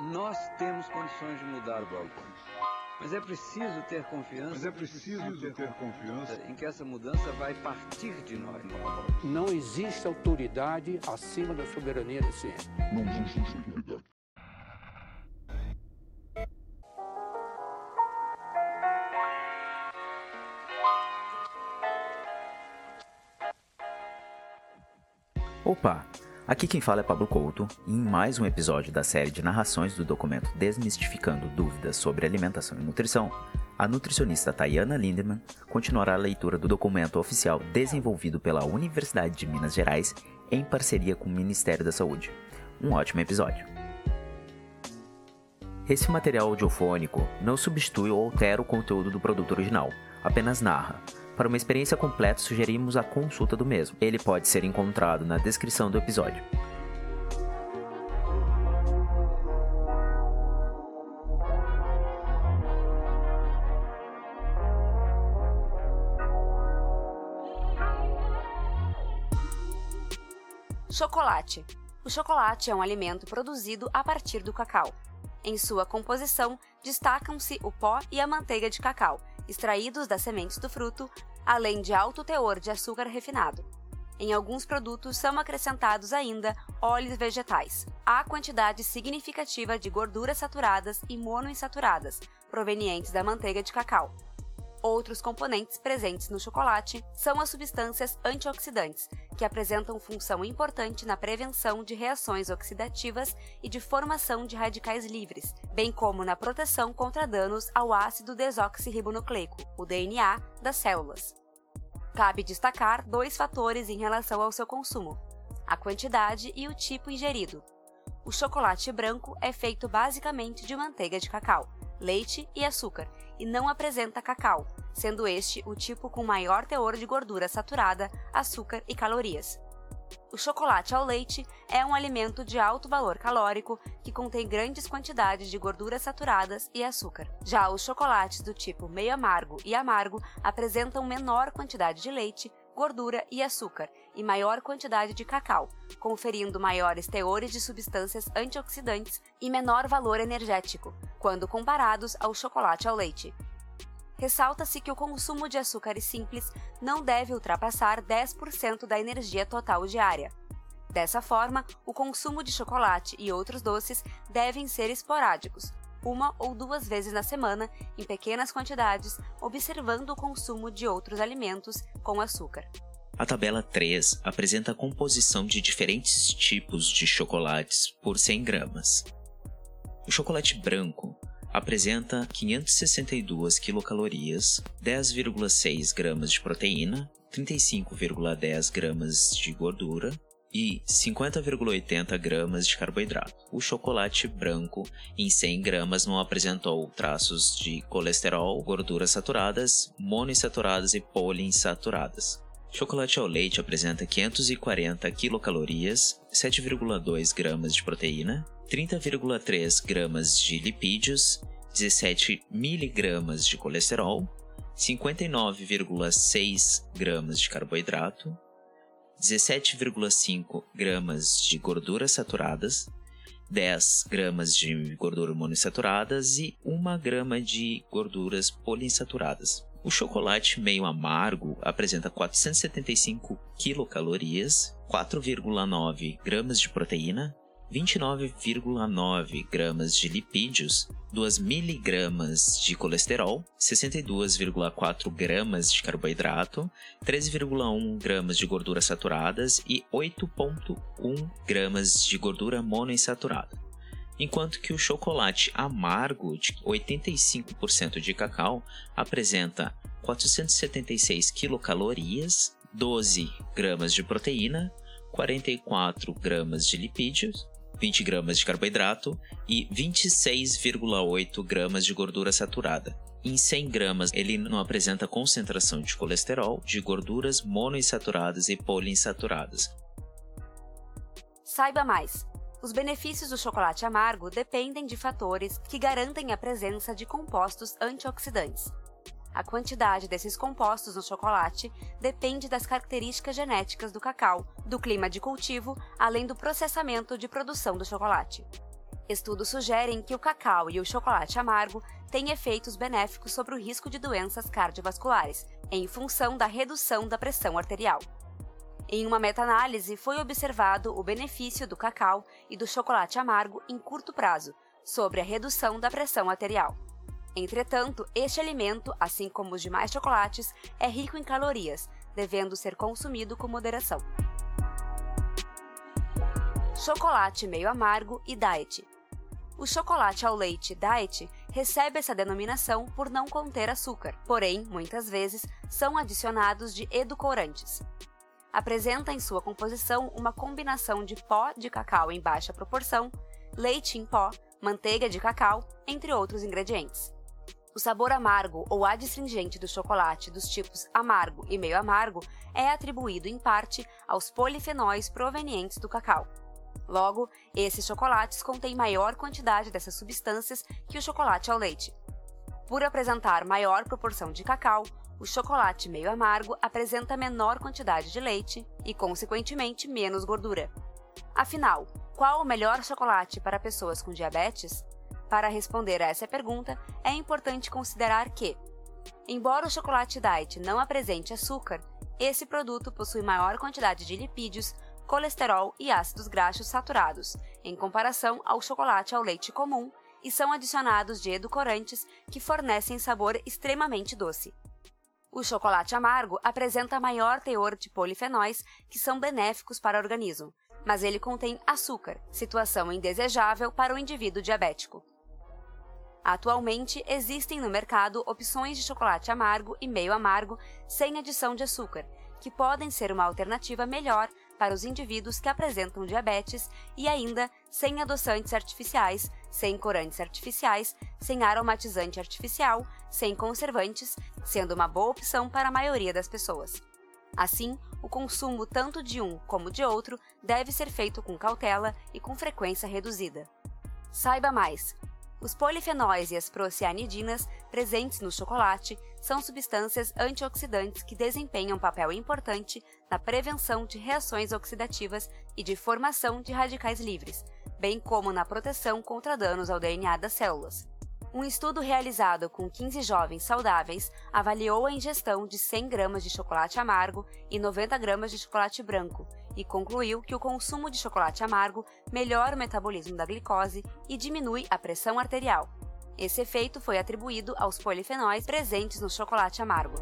Nós temos condições de mudar o balcão. Mas é preciso ter confiança. Em que essa mudança vai partir de nós. Não existe autoridade acima da soberania da ciência. Não existe autoridade. Opa! Aqui quem fala é Pablo Couto, e em mais um episódio da série de narrações do documento Desmistificando Dúvidas sobre Alimentação e Nutrição, a nutricionista Tayana Lindemann continuará a leitura do documento oficial desenvolvido pela Universidade de Minas Gerais em parceria com o Ministério da Saúde. Um ótimo episódio! Esse material audiofônico não substitui ou altera o conteúdo do produto original, apenas narra. Para uma experiência completa, sugerimos a consulta do mesmo. Ele pode ser encontrado na descrição do episódio. Chocolate. O chocolate é um alimento produzido a partir do cacau. Em sua composição, destacam-se o pó e a manteiga de cacau, extraídos das sementes do fruto, além de alto teor de açúcar refinado. Em alguns produtos são acrescentados ainda óleos vegetais. Há quantidade significativa de gorduras saturadas e monoinsaturadas, provenientes da manteiga de cacau. Outros componentes presentes no chocolate são as substâncias antioxidantes, que apresentam função importante na prevenção de reações oxidativas e de formação de radicais livres, bem como na proteção contra danos ao ácido desoxirribonucleico, o DNA, das células. Cabe destacar dois fatores em relação ao seu consumo: a quantidade e o tipo ingerido. O chocolate branco é feito basicamente de manteiga de cacau, leite e açúcar, e não apresenta cacau, sendo este o tipo com maior teor de gordura saturada, açúcar e calorias. O chocolate ao leite é um alimento de alto valor calórico que contém grandes quantidades de gorduras saturadas e açúcar. Já os chocolates do tipo meio amargo e amargo apresentam menor quantidade de leite, gordura e açúcar e maior quantidade de cacau, conferindo maiores teores de substâncias antioxidantes e menor valor energético, quando comparados ao chocolate ao leite. Ressalta-se que o consumo de açúcares simples não deve ultrapassar 10% da energia total diária. Dessa forma, o consumo de chocolate e outros doces devem ser esporádicos, 1 ou 2 vezes na semana, em pequenas quantidades, observando o consumo de outros alimentos com açúcar. A tabela 3 apresenta a composição de diferentes tipos de chocolates por 100 gramas. O chocolate branco apresenta 562 quilocalorias, 10,6 gramas de proteína, 35,10 gramas de gordura e 50,80 gramas de carboidrato. O chocolate branco em 100 gramas não apresentou traços de colesterol, gorduras saturadas, monoinsaturadas e poliinsaturadas. Chocolate ao leite apresenta 540 quilocalorias, 7,2 gramas de proteína, 30,3 gramas de lipídios, 17 miligramas de colesterol, 59,6 gramas de carboidrato, 17,5 gramas de gorduras saturadas, 10 gramas de gordura monoinsaturadas e 1 grama de gorduras poliinsaturadas. O chocolate meio amargo apresenta 475 quilocalorias, 4,9 gramas de proteína, 29,9 gramas de lipídios, 2 miligramas de colesterol, 62,4 gramas de carboidrato, 13,1 gramas de gorduras saturadas e 8,1 gramas de gordura monoinsaturada. Enquanto que o chocolate amargo de 85% de cacau apresenta 476 quilocalorias, 12 gramas de proteína, 44 gramas de lipídios, 20 gramas de carboidrato e 26,8 gramas de gordura saturada. Em 100 gramas, ele não apresenta concentração de colesterol, de gorduras monoinsaturadas e poliinsaturadas. Saiba mais! Os benefícios do chocolate amargo dependem de fatores que garantem a presença de compostos antioxidantes. A quantidade desses compostos no chocolate depende das características genéticas do cacau, do clima de cultivo, além do processamento de produção do chocolate. Estudos sugerem que o cacau e o chocolate amargo têm efeitos benéficos sobre o risco de doenças cardiovasculares, em função da redução da pressão arterial. Em uma meta-análise, foi observado o benefício do cacau e do chocolate amargo em curto prazo sobre a redução da pressão arterial. Entretanto, este alimento, assim como os demais chocolates, é rico em calorias, devendo ser consumido com moderação. Chocolate meio amargo e diet. O chocolate ao leite diet recebe essa denominação por não conter açúcar, porém, muitas vezes, são adicionados de edulcorantes. Apresenta em sua composição uma combinação de pó de cacau em baixa proporção, leite em pó, manteiga de cacau, entre outros ingredientes. O sabor amargo ou adstringente do chocolate dos tipos amargo e meio amargo é atribuído em parte aos polifenóis provenientes do cacau. Logo, esses chocolates contêm maior quantidade dessas substâncias que o chocolate ao leite. Por apresentar maior proporção de cacau, o chocolate meio amargo apresenta menor quantidade de leite e, consequentemente, menos gordura. Afinal, qual o melhor chocolate para pessoas com diabetes? Para responder a essa pergunta, é importante considerar que, embora o chocolate diet não apresente açúcar, esse produto possui maior quantidade de lipídios, colesterol e ácidos graxos saturados, em comparação ao chocolate ao leite comum, e são adicionados de edulcorantes que fornecem sabor extremamente doce. O chocolate amargo apresenta maior teor de polifenóis que são benéficos para o organismo, mas ele contém açúcar, situação indesejável para o indivíduo diabético. Atualmente, existem no mercado opções de chocolate amargo e meio amargo sem adição de açúcar, que podem ser uma alternativa melhor para os indivíduos que apresentam diabetes e ainda sem adoçantes artificiais, sem corantes artificiais, sem aromatizante artificial, sem conservantes, sendo uma boa opção para a maioria das pessoas. Assim, o consumo tanto de um como de outro deve ser feito com cautela e com frequência reduzida. Saiba mais! Os polifenóis e as procianidinas presentes no chocolate são substâncias antioxidantes que desempenham um papel importante na prevenção de reações oxidativas e de formação de radicais livres, bem como na proteção contra danos ao DNA das células. Um estudo realizado com 15 jovens saudáveis avaliou a ingestão de 100 gramas de chocolate amargo e 90 gramas de chocolate branco e concluiu que o consumo de chocolate amargo melhora o metabolismo da glicose e diminui a pressão arterial. Esse efeito foi atribuído aos polifenóis presentes no chocolate amargo.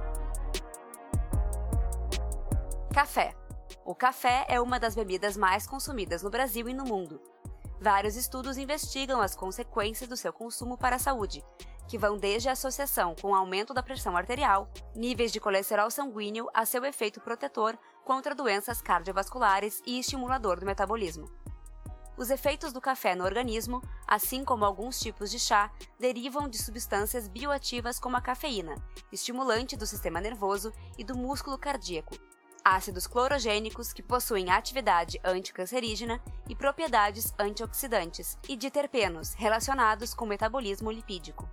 Café. O café é uma das bebidas mais consumidas no Brasil e no mundo. Vários estudos investigam as consequências do seu consumo para a saúde, que vão desde a associação com o aumento da pressão arterial, níveis de colesterol sanguíneo a seu efeito protetor contra doenças cardiovasculares e estimulador do metabolismo. Os efeitos do café no organismo, assim como alguns tipos de chá, derivam de substâncias bioativas como a cafeína, estimulante do sistema nervoso e do músculo cardíaco, ácidos clorogênicos que possuem atividade anticancerígena e propriedades antioxidantes, e de terpenos relacionados com o metabolismo lipídico.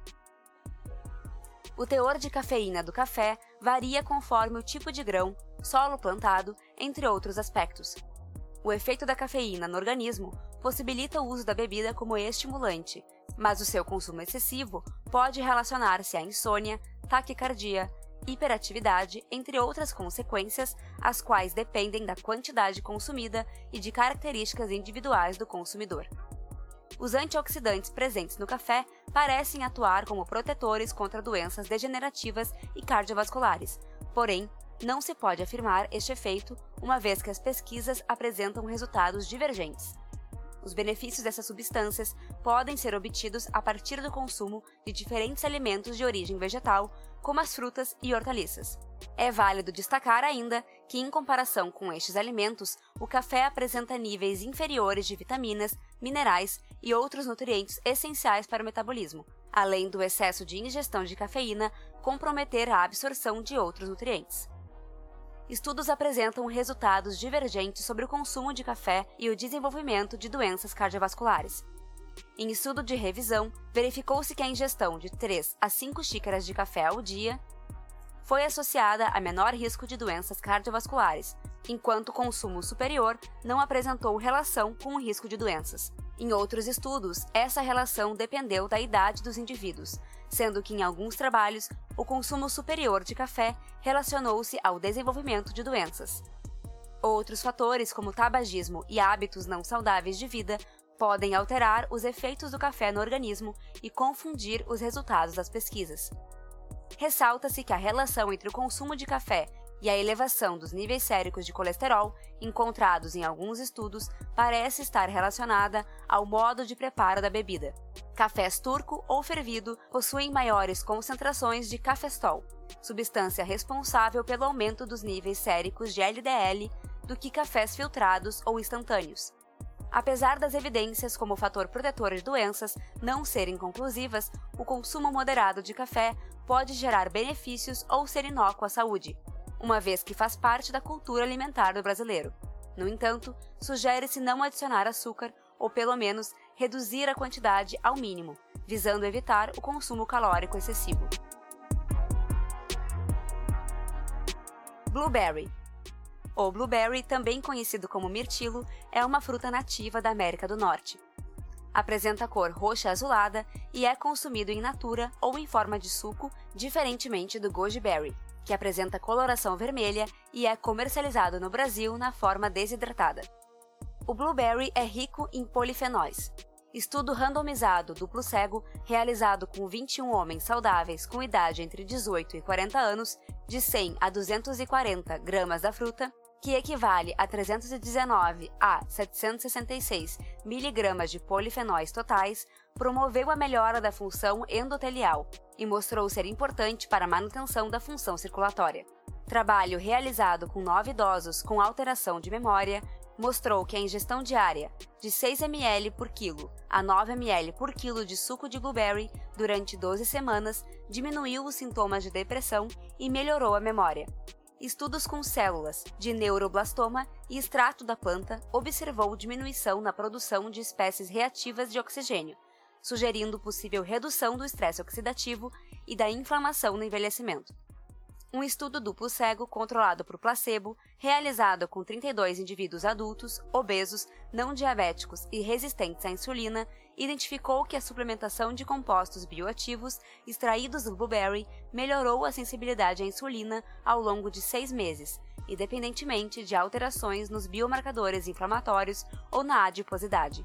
O teor de cafeína do café varia conforme o tipo de grão, solo plantado, entre outros aspectos. O efeito da cafeína no organismo possibilita o uso da bebida como estimulante, mas o seu consumo excessivo pode relacionar-se à insônia, taquicardia, hiperatividade, entre outras consequências, as quais dependem da quantidade consumida e de características individuais do consumidor. Os antioxidantes presentes no café parecem atuar como protetores contra doenças degenerativas e cardiovasculares, porém, não se pode afirmar este efeito, uma vez que as pesquisas apresentam resultados divergentes. Os benefícios dessas substâncias podem ser obtidos a partir do consumo de diferentes alimentos de origem vegetal, como as frutas e hortaliças. É válido destacar ainda que, em comparação com estes alimentos, o café apresenta níveis inferiores de vitaminas, minerais e outros nutrientes essenciais para o metabolismo, além do excesso de ingestão de cafeína comprometer a absorção de outros nutrientes. Estudos apresentam resultados divergentes sobre o consumo de café e o desenvolvimento de doenças cardiovasculares. Em estudo de revisão, verificou-se que a ingestão de 3 a 5 xícaras de café ao dia foi associada a menor risco de doenças cardiovasculares, enquanto o consumo superior não apresentou relação com o risco de doenças. Em outros estudos, essa relação dependeu da idade dos indivíduos, sendo que em alguns trabalhos, o consumo superior de café relacionou-se ao desenvolvimento de doenças. Outros fatores, como tabagismo e hábitos não saudáveis de vida, podem alterar os efeitos do café no organismo e confundir os resultados das pesquisas. Ressalta-se que a relação entre o consumo de café e a elevação dos níveis séricos de colesterol, encontrados em alguns estudos, parece estar relacionada ao modo de preparo da bebida. Cafés turco ou fervido possuem maiores concentrações de cafestol, substância responsável pelo aumento dos níveis séricos de LDL, do que cafés filtrados ou instantâneos. Apesar das evidências como fator protetor de doenças não serem conclusivas, o consumo moderado de café pode gerar benefícios ou ser inócuo à saúde, uma vez que faz parte da cultura alimentar do brasileiro. No entanto, sugere-se não adicionar açúcar ou, pelo menos, reduzir a quantidade ao mínimo, visando evitar o consumo calórico excessivo. Blueberry. O blueberry, também conhecido como mirtilo, é uma fruta nativa da América do Norte. Apresenta cor roxa azulada e é consumido in natura ou em forma de suco, diferentemente do goji berry, que apresenta coloração vermelha e é comercializado no Brasil na forma desidratada. O blueberry é rico em polifenóis. Estudo randomizado duplo cego, realizado com 21 homens saudáveis com idade entre 18 e 40 anos, de 100 a 240 gramas da fruta, que equivale a 319 a 766 miligramas de polifenóis totais, promoveu a melhora da função endotelial e mostrou ser importante para a manutenção da função circulatória. Trabalho realizado com 9 idosos com alteração de memória mostrou que a ingestão diária de 6 ml por quilo a 9 ml por quilo de suco de blueberry durante 12 semanas diminuiu os sintomas de depressão e melhorou a memória. Estudos com células de neuroblastoma e extrato da planta observou diminuição na produção de espécies reativas de oxigênio, sugerindo possível redução do estresse oxidativo e da inflamação no envelhecimento. Um estudo duplo cego controlado por placebo, realizado com 32 indivíduos adultos, obesos, não diabéticos e resistentes à insulina, identificou que a suplementação de compostos bioativos extraídos do blueberry melhorou a sensibilidade à insulina ao longo de 6 meses, independentemente de alterações nos biomarcadores inflamatórios ou na adiposidade.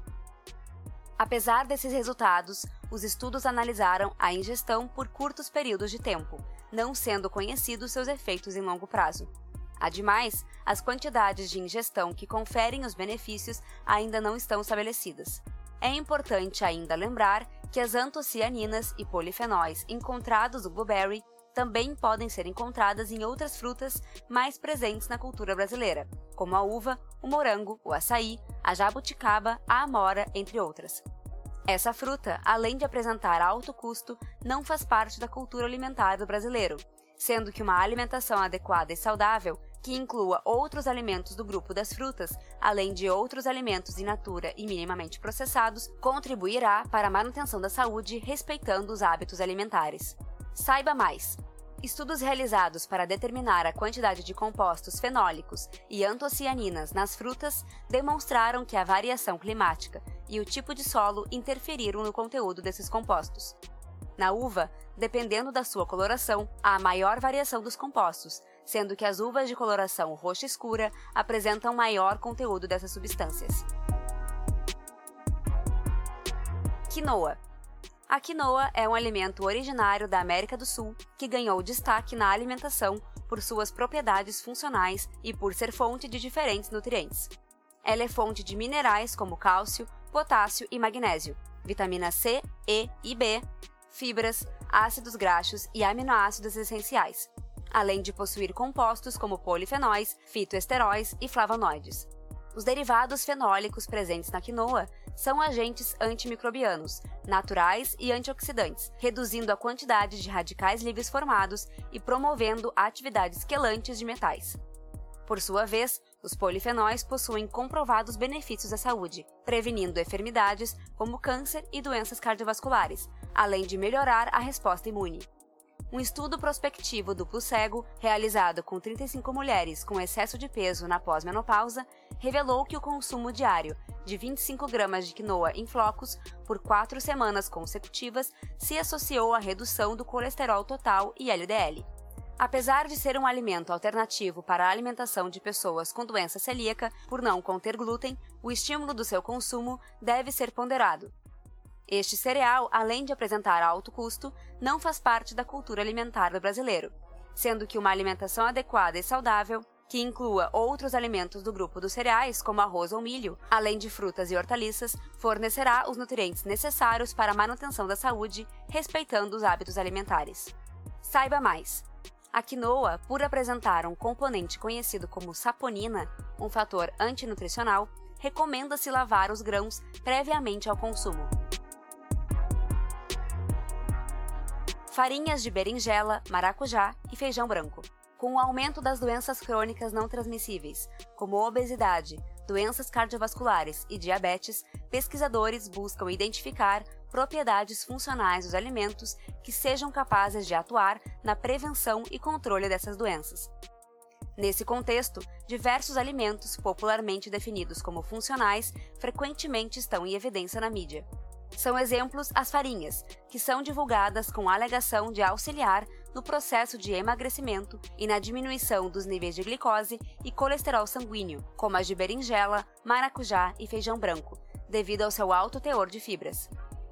Apesar desses resultados, os estudos analisaram a ingestão por curtos períodos de tempo, não sendo conhecidos seus efeitos em longo prazo. Ademais, as quantidades de ingestão que conferem os benefícios ainda não estão estabelecidas. É importante ainda lembrar que as antocianinas e polifenóis encontrados no blueberry também podem ser encontradas em outras frutas mais presentes na cultura brasileira, como a uva, o morango, o açaí, a jabuticaba, a amora, entre outras. Essa fruta, além de apresentar alto custo, não faz parte da cultura alimentar do brasileiro, sendo que uma alimentação adequada e saudável, que inclua outros alimentos do grupo das frutas, além de outros alimentos in natura e minimamente processados, contribuirá para a manutenção da saúde respeitando os hábitos alimentares. Saiba mais! Estudos realizados para determinar a quantidade de compostos fenólicos e antocianinas nas frutas demonstraram que a variação climática e o tipo de solo interferiram no conteúdo desses compostos. Na uva, dependendo da sua coloração, há maior variação dos compostos, sendo que as uvas de coloração roxa escura apresentam maior conteúdo dessas substâncias. Quinoa. A quinoa é um alimento originário da América do Sul que ganhou destaque na alimentação por suas propriedades funcionais e por ser fonte de diferentes nutrientes. Ela é fonte de minerais como cálcio, potássio e magnésio, vitamina C, E e B, fibras, ácidos graxos e aminoácidos essenciais, além de possuir compostos como polifenóis, fitoesteróis e flavonoides. Os derivados fenólicos presentes na quinoa são agentes antimicrobianos, naturais e antioxidantes, reduzindo a quantidade de radicais livres formados e promovendo atividades quelantes de metais. Por sua vez, os polifenóis possuem comprovados benefícios à saúde, prevenindo enfermidades como câncer e doenças cardiovasculares, além de melhorar a resposta imune. Um estudo prospectivo duplo cego, realizado com 35 mulheres com excesso de peso na pós-menopausa, revelou que o consumo diário de 25 gramas de quinoa em flocos por 4 semanas consecutivas se associou à redução do colesterol total e LDL. Apesar de ser um alimento alternativo para a alimentação de pessoas com doença celíaca, por não conter glúten, o estímulo do seu consumo deve ser ponderado. Este cereal, além de apresentar alto custo, não faz parte da cultura alimentar do brasileiro, sendo que uma alimentação adequada e saudável, que inclua outros alimentos do grupo dos cereais, como arroz ou milho, além de frutas e hortaliças, fornecerá os nutrientes necessários para a manutenção da saúde, respeitando os hábitos alimentares. Saiba mais! A quinoa, por apresentar um componente conhecido como saponina, um fator antinutricional, recomenda-se lavar os grãos previamente ao consumo. Farinhas de berinjela, maracujá e feijão branco. Com o aumento das doenças crônicas não transmissíveis, como obesidade, doenças cardiovasculares e diabetes, pesquisadores buscam identificar propriedades funcionais dos alimentos que sejam capazes de atuar na prevenção e controle dessas doenças. Nesse contexto, diversos alimentos popularmente definidos como funcionais frequentemente estão em evidência na mídia. São exemplos as farinhas, que são divulgadas com a alegação de auxiliar no processo de emagrecimento e na diminuição dos níveis de glicose e colesterol sanguíneo, como as de berinjela, maracujá e feijão branco, devido ao seu alto teor de fibras.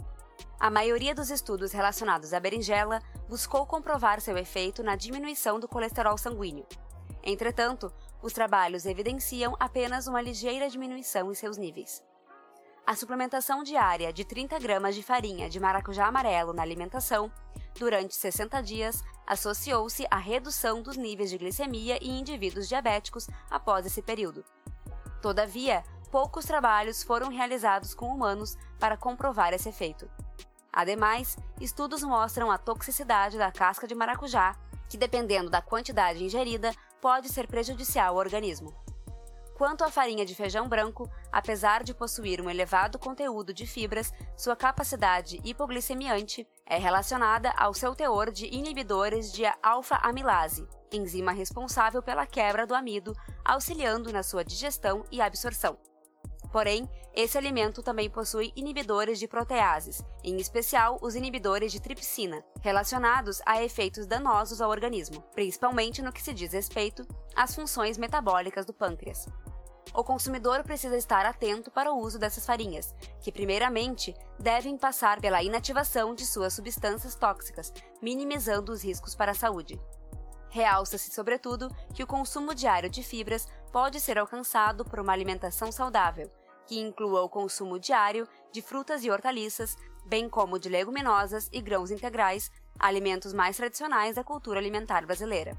A maioria dos estudos relacionados à berinjela buscou comprovar seu efeito na diminuição do colesterol sanguíneo. Entretanto, os trabalhos evidenciam apenas uma ligeira diminuição em seus níveis. A suplementação diária de 30 gramas de farinha de maracujá amarelo na alimentação, durante 60 dias, associou-se à redução dos níveis de glicemia em indivíduos diabéticos após esse período. Todavia, poucos trabalhos foram realizados com humanos para comprovar esse efeito. Ademais, estudos mostram a toxicidade da casca de maracujá, que, dependendo da quantidade ingerida, pode ser prejudicial ao organismo. Quanto à farinha de feijão branco, apesar de possuir um elevado conteúdo de fibras, sua capacidade hipoglicemiante é relacionada ao seu teor de inibidores de alfa-amilase, enzima responsável pela quebra do amido, auxiliando na sua digestão e absorção. Porém, esse alimento também possui inibidores de proteases, em especial os inibidores de tripsina, relacionados a efeitos danosos ao organismo, principalmente no que se diz respeito às funções metabólicas do pâncreas. O consumidor precisa estar atento para o uso dessas farinhas, que primeiramente devem passar pela inativação de suas substâncias tóxicas, minimizando os riscos para a saúde. Realça-se, sobretudo, que o consumo diário de fibras pode ser alcançado por uma alimentação saudável, que inclua o consumo diário de frutas e hortaliças, bem como de leguminosas e grãos integrais, alimentos mais tradicionais da cultura alimentar brasileira.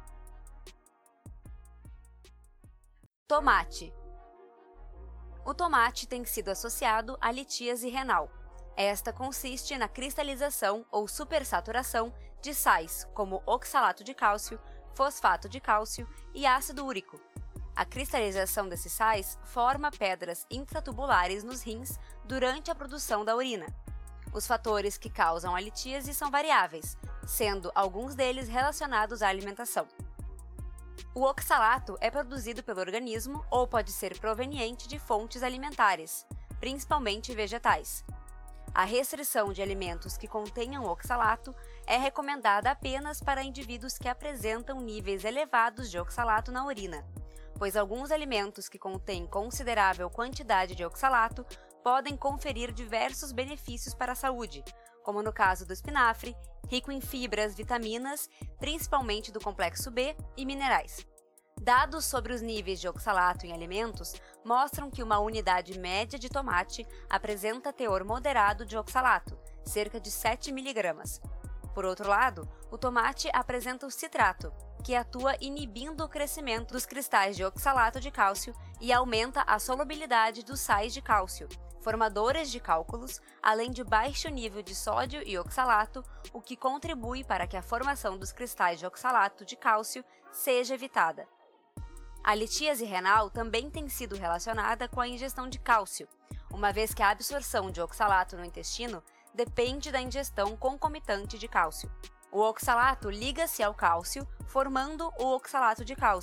Tomate. O tomate tem sido associado à litíase renal. Esta consiste na cristalização ou supersaturação de sais como oxalato de cálcio, fosfato de cálcio e ácido úrico. A cristalização desses sais forma pedras intratubulares nos rins durante a produção da urina. Os fatores que causam a litíase são variáveis, sendo alguns deles relacionados à alimentação. O oxalato é produzido pelo organismo ou pode ser proveniente de fontes alimentares, principalmente vegetais. A restrição de alimentos que contenham oxalato é recomendada apenas para indivíduos que apresentam níveis elevados de oxalato na urina, pois alguns alimentos que contêm considerável quantidade de oxalato podem conferir diversos benefícios para a saúde, como no caso do espinafre, rico em fibras, vitaminas, principalmente do complexo B, e minerais. Dados sobre os níveis de oxalato em alimentos mostram que uma unidade média de tomate apresenta teor moderado de oxalato, cerca de 7 mg. Por outro lado, o tomate apresenta o citrato, que atua inibindo o crescimento dos cristais de oxalato de cálcio e aumenta a solubilidade dos sais de cálcio, formadores de cálculos, além de baixo nível de sódio e oxalato, o que contribui para que a formação dos cristais de oxalato de cálcio seja evitada. A litíase renal também tem sido relacionada com a ingestão de cálcio, uma vez que a absorção de oxalato no intestino depende da ingestão concomitante de cálcio. O oxalato liga-se ao cálcio, formando o oxalato de cálcio,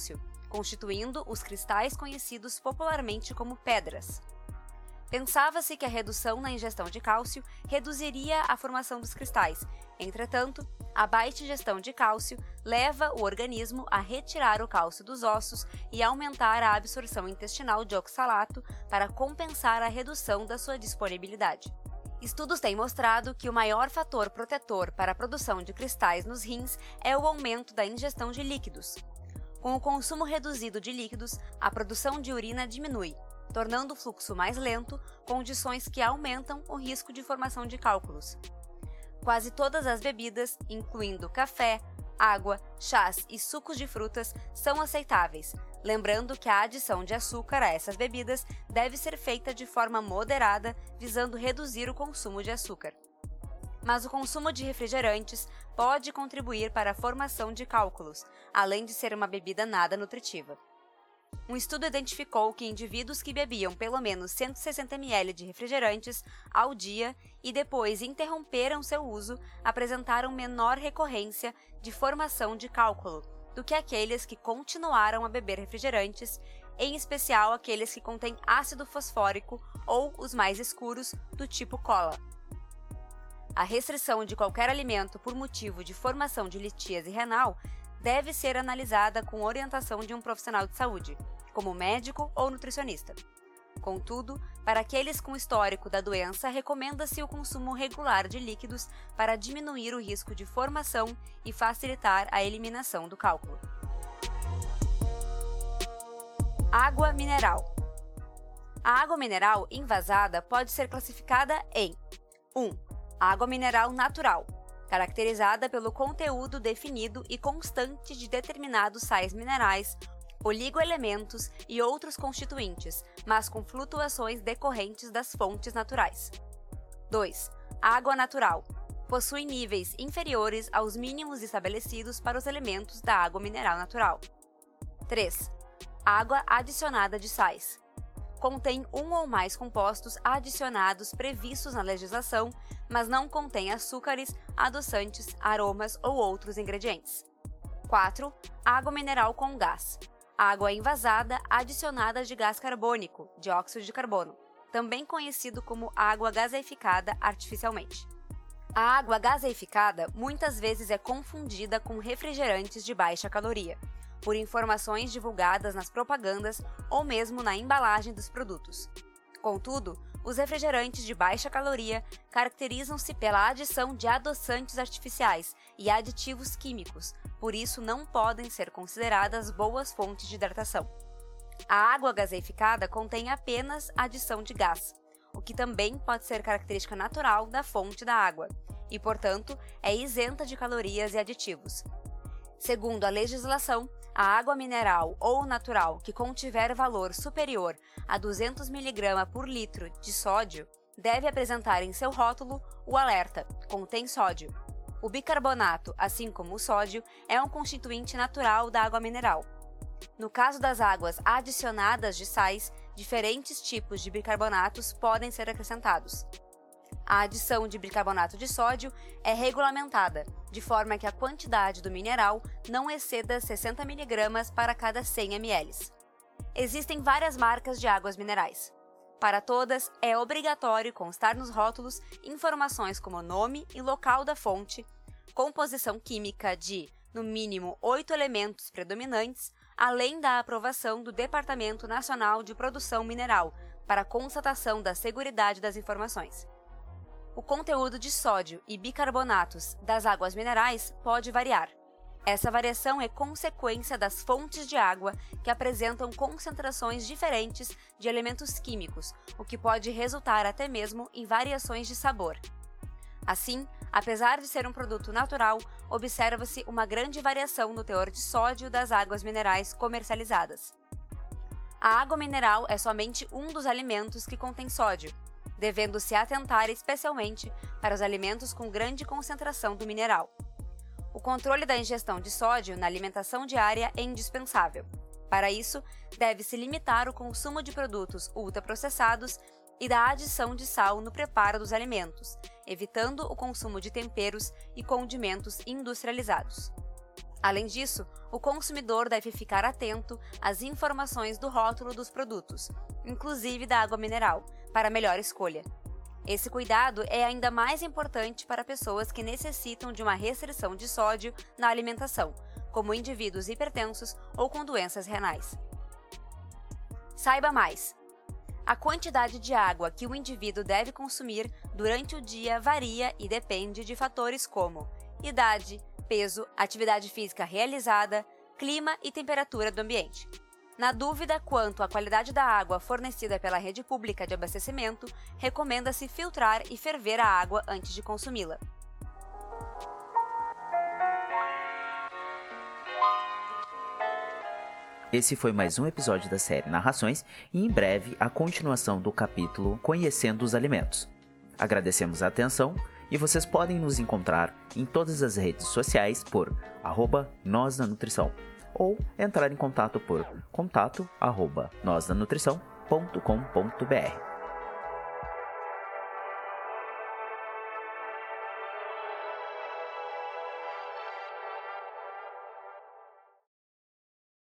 constituindo os cristais conhecidos popularmente como pedras. Pensava-se que a redução na ingestão de cálcio reduziria a formação dos cristais. Entretanto, a baixa ingestão de cálcio leva o organismo a retirar o cálcio dos ossos e aumentar a absorção intestinal de oxalato para compensar a redução da sua disponibilidade. Estudos têm mostrado que o maior fator protetor para a produção de cristais nos rins é o aumento da ingestão de líquidos. Com o consumo reduzido de líquidos, a produção de urina diminui, tornando o fluxo mais lento, condições que aumentam o risco de formação de cálculos. Quase todas as bebidas, incluindo café, água, chás e sucos de frutas, são aceitáveis, lembrando que a adição de açúcar a essas bebidas deve ser feita de forma moderada, visando reduzir o consumo de açúcar. Mas o consumo de refrigerantes pode contribuir para a formação de cálculos, além de ser uma bebida nada nutritiva. Um estudo identificou que indivíduos que bebiam pelo menos 160 ml de refrigerantes ao dia e depois interromperam seu uso apresentaram menor recorrência de formação de cálculo do que aqueles que continuaram a beber refrigerantes, em especial aqueles que contêm ácido fosfórico ou os mais escuros, do tipo cola. A restrição de qualquer alimento por motivo de formação de litíase renal deve ser analisada com orientação de um profissional de saúde, como médico ou nutricionista. Contudo, para aqueles com histórico da doença, recomenda-se o consumo regular de líquidos para diminuir o risco de formação e facilitar a eliminação do cálculo. Água mineral. A água mineral envasada pode ser classificada em 1. Água mineral natural, caracterizada pelo conteúdo definido e constante de determinados sais minerais, oligoelementos e outros constituintes, mas com flutuações decorrentes das fontes naturais. 2. Água natural. Possui níveis inferiores aos mínimos estabelecidos para os elementos da água mineral natural. 3. Água adicionada de sais. Contém um ou mais compostos adicionados previstos na legislação, mas não contém açúcares, adoçantes, aromas ou outros ingredientes. 4. Água mineral com gás. Água envasada adicionada de gás carbônico, dióxido de carbono, também conhecido como água gaseificada artificialmente. A água gaseificada muitas vezes é confundida com refrigerantes de baixa caloria, por informações divulgadas nas propagandas ou mesmo na embalagem dos produtos. Contudo, os refrigerantes de baixa caloria caracterizam-se pela adição de adoçantes artificiais e aditivos químicos, por isso não podem ser consideradas boas fontes de hidratação. A água gaseificada contém apenas adição de gás, o que também pode ser característica natural da fonte da água, e, portanto, é isenta de calorias e aditivos. Segundo a legislação, a água mineral ou natural que contiver valor superior a 200 mg por litro de sódio deve apresentar em seu rótulo o alerta "contém sódio". O bicarbonato, assim como o sódio, é um constituinte natural da água mineral. No caso das águas adicionadas de sais, diferentes tipos de bicarbonatos podem ser acrescentados. A adição de bicarbonato de sódio é regulamentada, de forma que a quantidade do mineral não exceda 60 mg para cada 100 ml. Existem várias marcas de águas minerais. Para todas, é obrigatório constar nos rótulos informações como nome e local da fonte, composição química de, no mínimo, 8 elementos predominantes, além da aprovação do Departamento Nacional de Produção Mineral para constatação da seguridade das informações. O conteúdo de sódio e bicarbonatos das águas minerais pode variar. Essa variação é consequência das fontes de água que apresentam concentrações diferentes de elementos químicos, o que pode resultar até mesmo em variações de sabor. Assim, apesar de ser um produto natural, observa-se uma grande variação no teor de sódio das águas minerais comercializadas. A água mineral é somente um dos alimentos que contém sódio, devendo-se atentar especialmente para os alimentos com grande concentração do mineral. O controle da ingestão de sódio na alimentação diária é indispensável. Para isso, deve-se limitar o consumo de produtos ultraprocessados e da adição de sal no preparo dos alimentos, evitando o consumo de temperos e condimentos industrializados. Além disso, o consumidor deve ficar atento às informações do rótulo dos produtos, inclusive da água mineral, para melhor escolha. Esse cuidado é ainda mais importante para pessoas que necessitam de uma restrição de sódio na alimentação, como indivíduos hipertensos ou com doenças renais. Saiba mais! A quantidade de água que o indivíduo deve consumir durante o dia varia e depende de fatores como idade, peso, atividade física realizada, clima e temperatura do ambiente. Na dúvida quanto à qualidade da água fornecida pela rede pública de abastecimento, recomenda-se filtrar e ferver a água antes de consumi-la. Esse foi mais um episódio da série Narrações e em breve a continuação do capítulo Conhecendo os Alimentos. Agradecemos a atenção e vocês podem nos encontrar em todas as redes sociais por @nosnanutrição ou entrar em contato por contato@nosnanutrição.com.br.